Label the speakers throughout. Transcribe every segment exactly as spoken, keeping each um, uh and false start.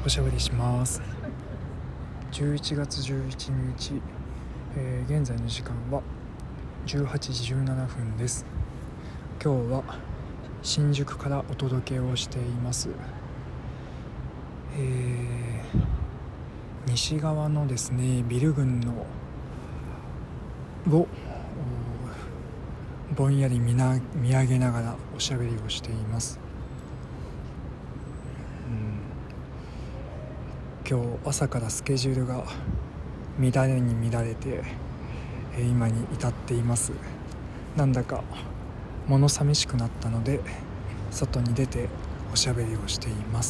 Speaker 1: おしゃべりします。じゅういちがつじゅういちにち、えー、現在の時間はじゅうはちじじゅうななふんです。今日は新宿からお届けをしています。えー、西側のですねビル群のをぼんやり 見, な見上げながらおしゃべりをしています。今日朝からスケジュールが乱れに乱れて今に至っています。なんだか物寂しくなったので外に出ておしゃべりをしています。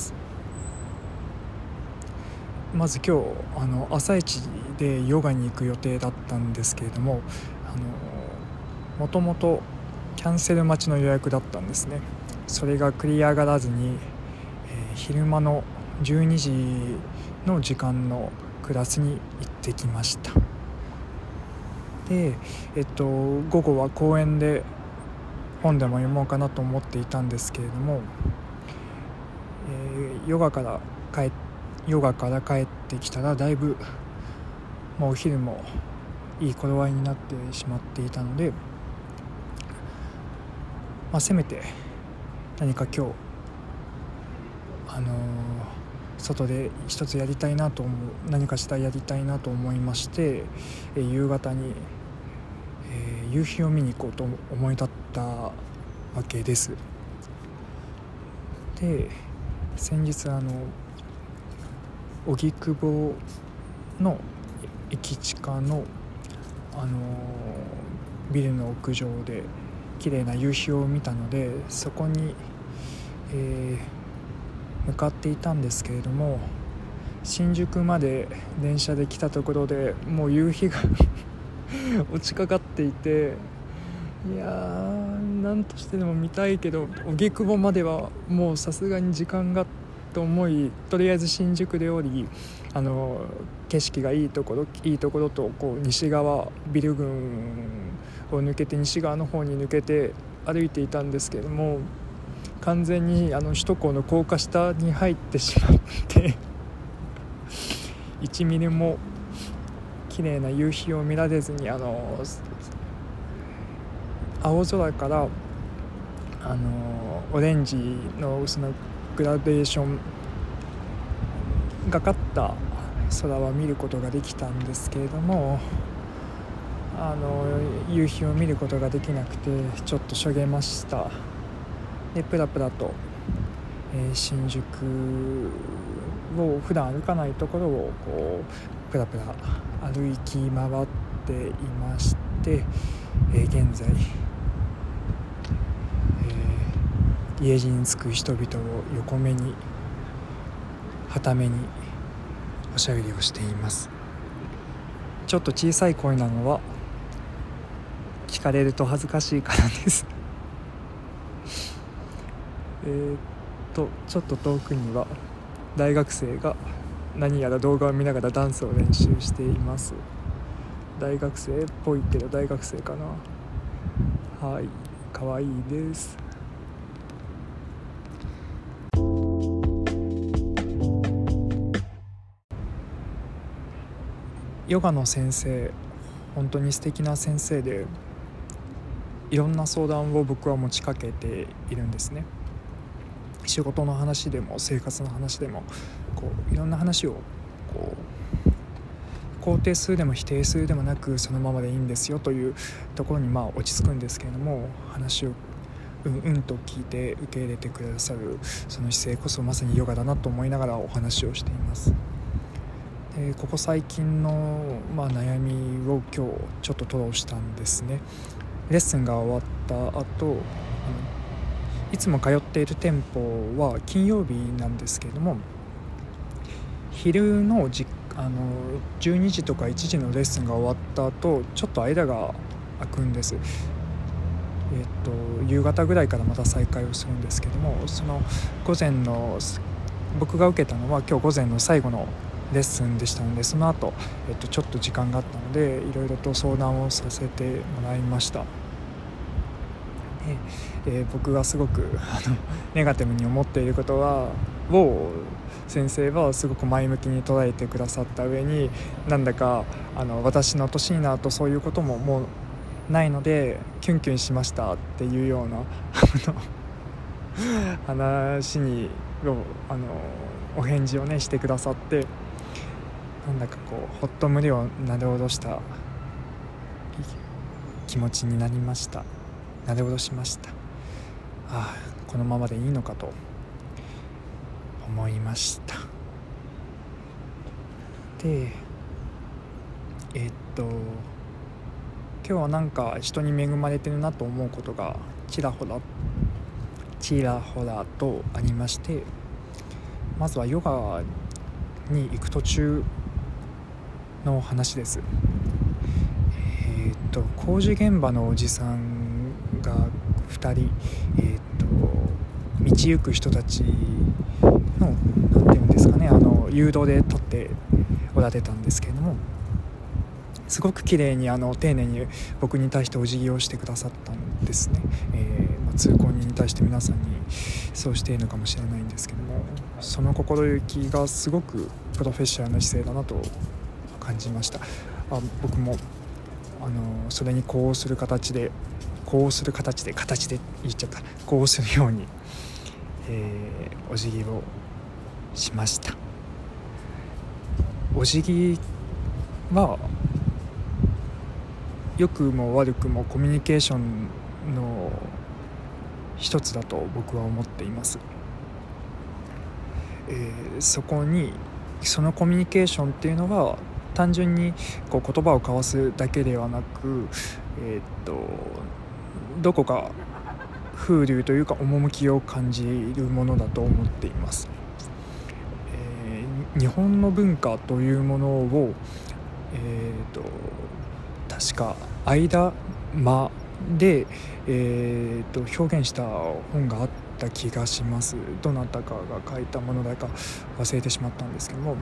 Speaker 1: まず今日あの朝一でヨガに行く予定だったんですけれども、あのもともとキャンセル待ちの予約だったんですね。それが繰り上がらずに、えー、昼間のじゅうにじの時間のクラスに行ってきました。で、えっと、午後は公園で本でも読もうかなと思っていたんですけれども、えー、ヨガから帰ヨガから帰ってきたらだいぶもうお昼もいい頃合いになってしまっていたので、まあ、せめて何か今日あのー外で一つやりたいなと思う何かしたやりたいなと思いまして、えー、夕方に、えー、夕日を見に行こうと思い立ったわけです。で、先日あの荻窪の駅地下の、あのー、ビルの屋上で綺麗な夕日を見たので、そこに、えー向かっていたんですけれども、新宿まで電車で来たところでもう夕日が落ちかかっていて、いやー何としてでも見たいけど荻窪まではもうさすがに時間がと思い、とりあえず新宿で降り、あの景色がいいところいいところとこう西側ビル群を抜けて西側の方に抜けて歩いていたんですけれども、完全にあの首都高の高架下に入ってしまっていちミリも綺麗な夕日を見られずに、あの青空からあのオレンジのそのグラデーションがかった空は見ることができたんですけれども、あの夕日を見ることができなくてちょっとしょげました。でプラプラと、えー、新宿を普段歩かないところをこうプラプラ歩き回っていまして、えー、現在、えー、家路に着く人々を横目に傍目におしゃべりをしています。ちょっと小さい声なのは聞かれると恥ずかしいからですえー、っとちょっと遠くには大学生が何やら動画を見ながらダンスを練習しています。大学生っぽいけど大学生かな。はい、かわいいです。ヨガの先生、本当に素敵な先生で、いろんな相談を僕は持ちかけているんですね。仕事の話でも生活の話でもこういろんな話をこう肯定するでも否定するでもなく、そのままでいいんですよというところにまあ落ち着くんですけれども、話をうんうんと聞いて受け入れてくださるその姿勢こそまさにヨガだなと思いながらお話をしています。でここ最近の、まあ、悩みを今日ちょっと吐露したんですね。レッスンが終わった後、いつも通っている店舗は金曜日なんですけれども、昼のじあのじゅうにじとかいちじのレッスンが終わった後ちょっと間が空くんです。えっと夕方ぐらいからまた再開をするんですけども、その午前の僕が受けたのは今日午前の最後のレッスンでしたので、その後、えっと、ちょっと時間があったのでいろいろと相談をさせてもらいました。でえー、僕がすごくあのネガティブに思っていることは、 を先生はすごく前向きに捉えてくださった上に、なんだかあの私の年になるとそういうことももうないのでキュンキュンしましたっていうような話にあのお返事をねしてくださって、なんだかこうほっと胸をなで下ろした気持ちになりました。なで下ろしました。ああ、このままでいいのかと思いました。でえっと今日はなんか人に恵まれてるなと思うことがちらほらちらほらとありまして、まずはヨガに行く途中の話です。えー、っと工事現場のおじさんがふたり、えー、っと道行く人たちのなんていうんですかね、あの誘導で撮っておられたんですけれども、すごく綺麗にあの丁寧に僕に対してお辞儀をしてくださったんですね。えーまあ、通行人に対して皆さんにそうしているのかもしれないんですけども、その心意気がすごくプロフェッショナルな姿勢だなと感じました。あ僕もあのそれに呼応する形で呼応する形で形で言っちゃった呼応するように、えー、お辞儀をしました。お辞儀は良くも悪くもコミュニケーションの一つだと僕は思っています。えー、そこにそのコミュニケーションっていうのは単純にこう言葉を交わすだけではなく、えー、っとどこか風流というか趣を感じるものだと思っています。えー、日本の文化というものを、えー、と確か間間で、えー、と表現した本があった気がします。どなたかが書いたものだか忘れてしまったんですけども、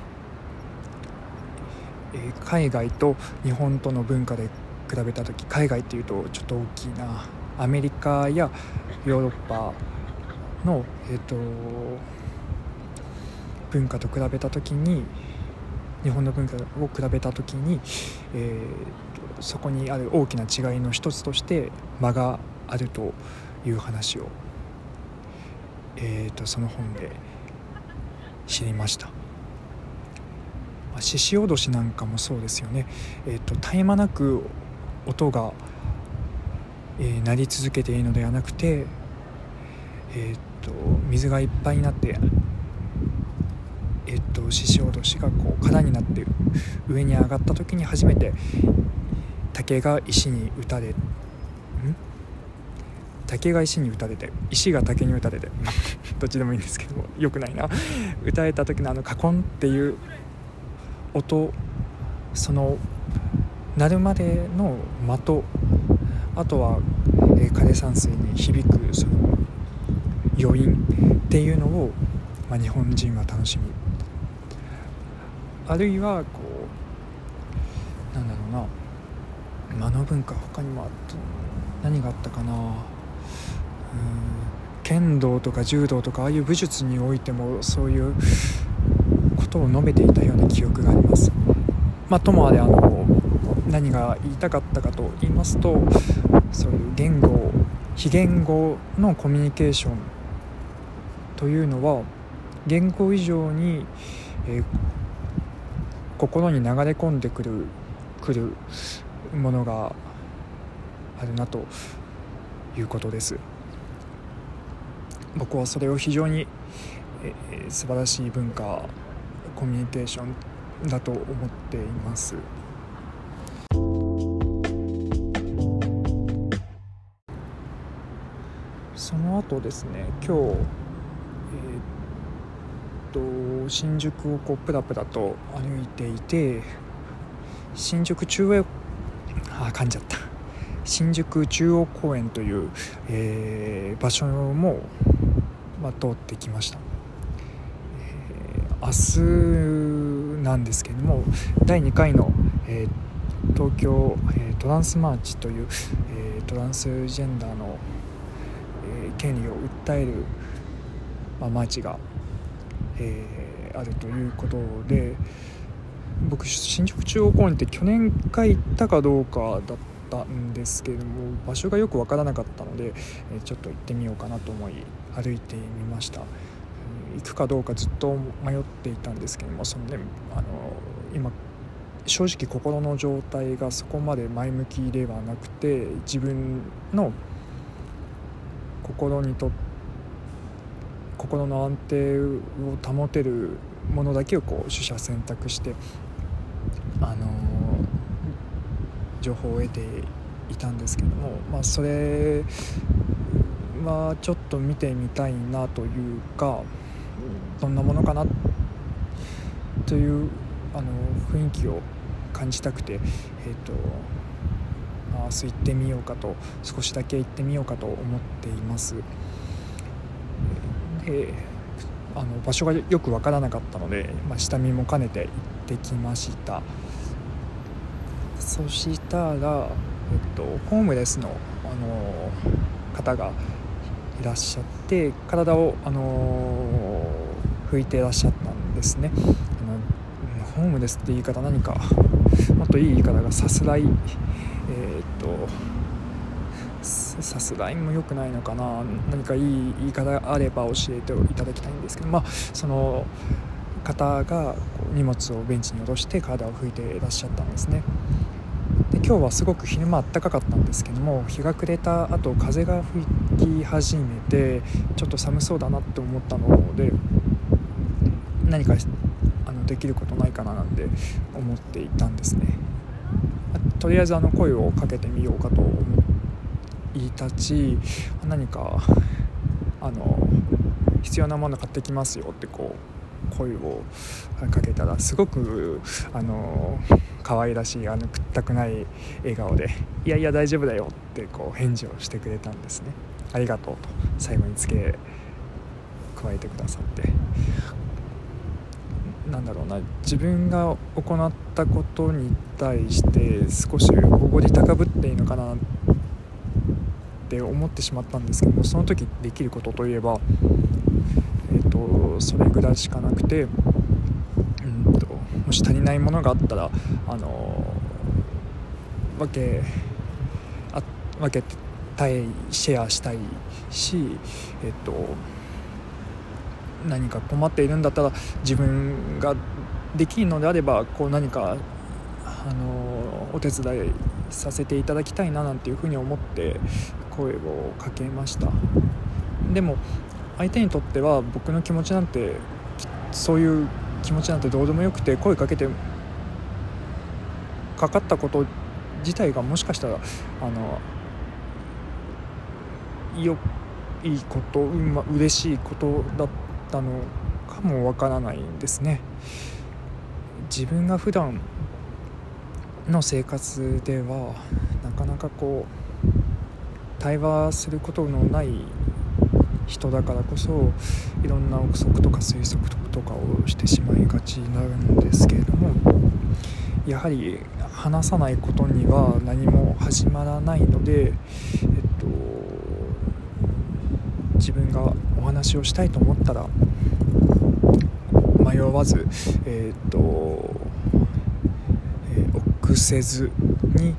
Speaker 1: えー、海外と日本との文化で比べたとき、海外っていうとちょっと大きいな、アメリカやヨーロッパの、えー、と文化と比べたときに、日本の文化を比べたときに、えー、とそこにある大きな違いの一つとして間があるという話を、えー、とその本で知りました。獅子おどしなんかもそうですよね。えー、と絶え間なく音が、えー、鳴り続けているのではなくて、えー、と水がいっぱいになってえっと獅子おどしがこう空になって上に上がった時に初めて竹が石に打たれん竹が石に打たれて石が竹に打たれてどっちでもいいんですけども、よくないな、打たれた時のあのカコンっていう音、その鳴るまでの間と、あとは、えー、枯山水に響くその余韻っていうのを、まあ、日本人は楽しむ。あるいはこうなんだろうな、間の文化他にもあった何があったかな、うーん剣道とか柔道とかああいう武術においてもそういうことを述べていたような記憶があります。まあともあれあの何が言いたかったかと言いますと、そういう言語非言語のコミュニケーションというのは言語以上に、えー心に流れ込んでくるくるものがあるなということです。僕はそれを非常に、えー、素晴らしい文化コミュニケーションだと思っています。その後ですね、今日、えー新宿をこうプラプラと歩いていて、新宿中央あ噛んじゃった新宿中央公園という、えー、場所も、まあ、通ってきました。えー、明日なんですけれどもだいにかいの、えー、東京、えー、トランスマーチという、えー、トランスジェンダーの、えー、権利を訴える、まあ、マーチがえー、あるということで、僕新宿中央公園って去年か行ったかどうかだったんですけれども、場所がよく分からなかったので、えー、ちょっと行ってみようかなと思い歩いてみました。行くかどうかずっと迷っていたんですけども、そのね、あの今正直心の状態がそこまで前向きではなくて、自分の心にと心の安定を保てるものだけをこう取捨選択して、あの情報を得ていたんですけども、まあ、それはちょっと見てみたいなというか、どんなものかなというあの雰囲気を感じたくて、えーとまあ、明日行ってみようかと少しだけ行ってみようかと思っています。で、あの場所がよく分からなかったので、まあ、下見も兼ねて行ってきました。そしたら、えっと、ホームレスの、あの方がいらっしゃって、体を、あの拭いていらっしゃったんですね。あのホームレスって言い方、何かもっといい言い方がさすらい、えー、っとさすらいも良くないのかな、何かいい言い方があれば教えていただきたいんですけど、まあその方がこう荷物をベンチに下ろして体を拭いていらっしゃったんですね。で、今日はすごく昼間暖かかったんですけども、日が暮れた後風が吹き始めてちょっと寒そうだなって思ったので、何かあのできることないかななんて思っていたんですね。とりあえずあの声をかけてみようかと思い立ち、何かあの必要なもの買ってきますよってこう声をかけたら、すごくあの可愛らしい、あのくったくない笑顔で、いやいや大丈夫だよってこう返事をしてくれたんですね。ありがとうと最後に付け加えてくださって、なんだろうな、自分が行ったことに対して少しおごり高ぶっていいのかなって思ってしまったんですけども、その時できることといえば、えーと、それぐらいしかなくて、うんともし足りないものがあったら、あの分けあ分けたい、シェアしたいし、えっと何か困っているんだったら、自分ができるのであればこう何かあのお手伝いさせていただきたいななんていうふうに思って声をかけました。でも相手にとっては僕の気持ちなんて、そういう気持ちなんてどうでもよくて、声かけてかかったこと自体がもしかしたらあのよいいこと、うま、嬉しいことだったのかもわからないんですね。自分が普段の生活ではなかなかこう対話することのない人だからこそ、いろんな憶測とか推測とかをしてしまいがちになるんですけれども、やはり話さないことには何も始まらないので、えっと、自分がお話をしたいと思ったら迷わず、えっとえー、臆せずに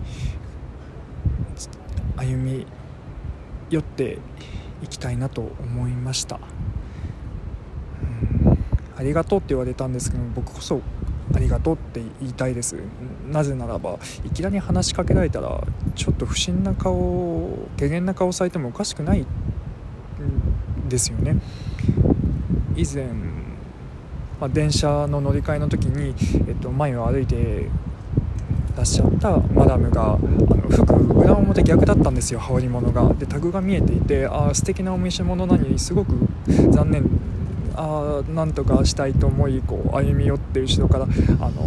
Speaker 1: 歩み寄っていきたいなと思いました。うん、ありがとうって言われたんですけど、僕こそありがとうって言いたいです。なぜならば、いきなり話しかけられたらちょっと不審な顔、怪げな顔されてもおかしくないんですよね。以前、まあ、電車の乗り換えの時に、えっと、前を歩いてらっしゃったマダムが、あの服裏表逆だったんですよ、羽織物が。でタグが見えていて、あ素敵なお召し物なのにすごく残念、あなんとかしたいと思い、こう歩み寄って後ろからあの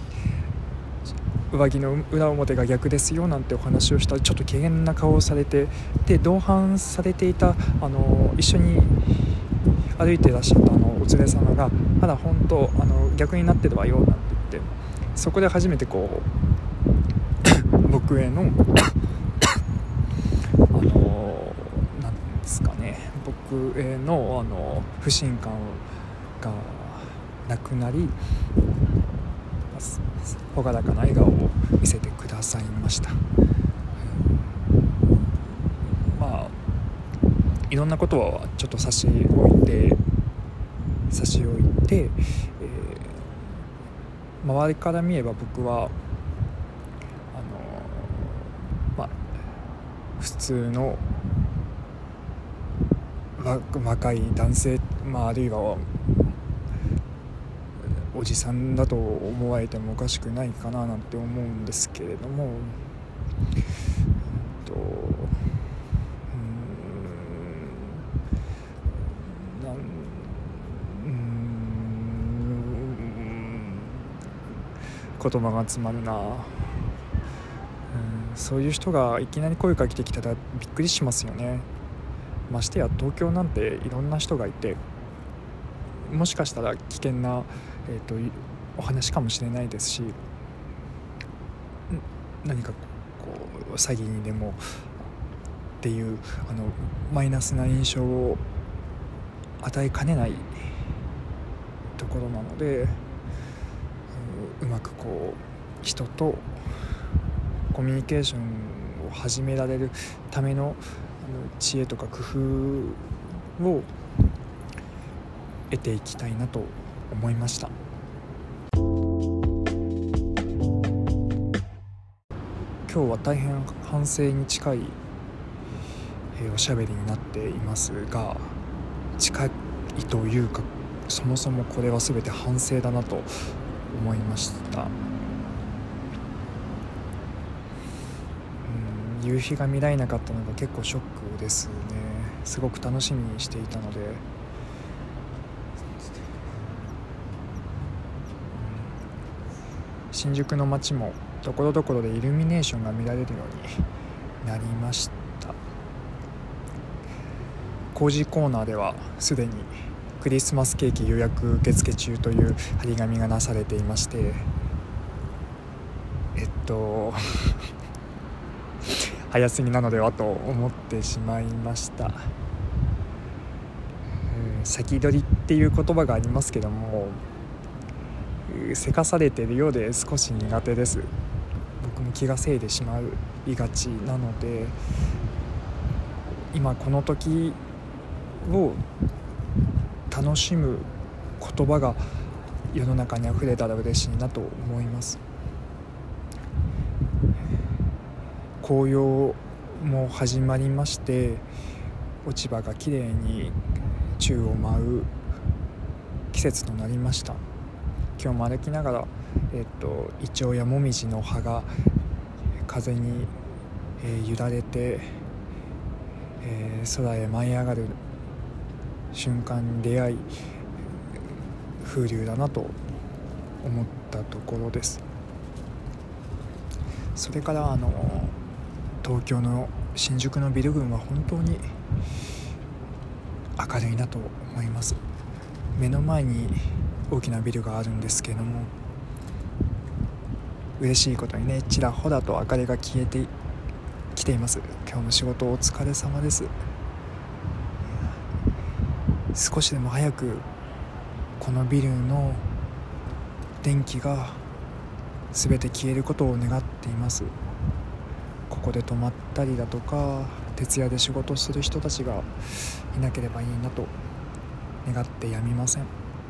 Speaker 1: 上着の裏表が逆ですよなんてお話をしたら、ちょっと怪げな顔をされて、で同伴されていたあの一緒に歩いていらっしゃったあのお連れ様が、まだ本当あの逆になってるわよなんて言って、そこで初めてこう僕へのあのなんですかね、僕へのあの不信感がなくなり、朗らかな笑顔を見せてくださいました。まあいろんなことはちょっと差し置いて差し置いて、えー、周りから見れば僕はあの、まあ、普通の若い男性、まあ、あるいはおじさんだと思われてもおかしくないかななんて思うんですけれども、うんとうんなんうん言葉が詰まるな、うん、そういう人がいきなり声かけてきたらびっくりしますよね。ましてや東京なんていろんな人がいて、もしかしたら危険な、えー、とお話かもしれないですし、何かこう詐欺にでもっていうあのマイナスな印象を与えかねないところなので、う, うまくこう人とコミュニケーションを始められるための知恵とか工夫を得ていきたいなと思いました。今日は大変反省に近い、えー、おしゃべりになっていますが、近いというかそもそもこれは全て反省だなと思いました。夕日が見られなかったのが結構ショックですね。すごく楽しみにしていたので、新宿の街もところどころでイルミネーションが見られるようになりました。工事コーナーではすでにクリスマスケーキ予約受付中という張り紙がなされていまして、えっと早すぎなのではと思ってしまいました。うん、先取りっていう言葉がありますけども、せかされているようで少し苦手です。僕も気がせいでしまいがちなので、今この時を楽しむ言葉が世の中にあふれたら嬉しいなと思います。紅葉も始まりまして、落ち葉がきれいに宙を舞う季節となりました。今日も歩きながら、えっと、イチョウやモミジの葉が風に、えー、揺られて、えー、空へ舞い上がる瞬間に出会い、風流だなと思ったところです。それからあの東京の新宿のビル群は本当に明るいなと思います。目の前に大きなビルがあるんですけども、嬉しいことにね、ちらほらと明かりが消えてきています。今日の仕事お疲れ様です。少しでも早くこのビルの電気が全て消えることを願っています。ここで泊まったりだとか徹夜で仕事する人たちがいなければいいなと願ってやみません。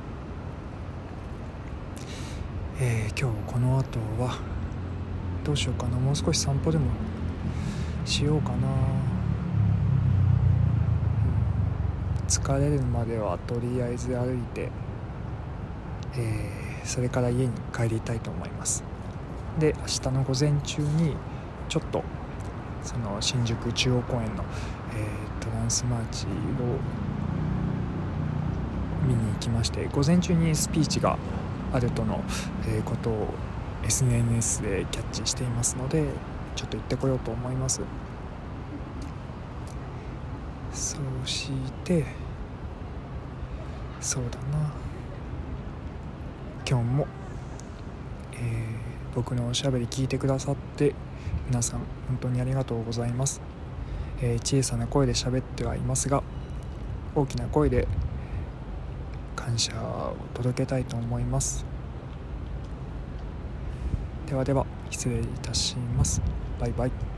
Speaker 1: えー、今日この後はどうしようかな。もう少し散歩でもしようかな。疲れるまではとりあえず歩いて、えー、それから家に帰りたいと思います。で、明日の午前中にちょっとその新宿中央公園の、えー、トランスマーチを見に行きまして、午前中にスピーチがあるとの、えー、ことを エスエヌエス でキャッチしていますので、ちょっと行ってこようと思います。そうしてそうだな今日も、えー、僕のおしゃべり聞いてくださって皆さん本当にありがとうございます。えー、小さな声で喋ってはいますが、大きな声で感感謝を届けたいと思います。ではでは失礼いたします。バイバイ。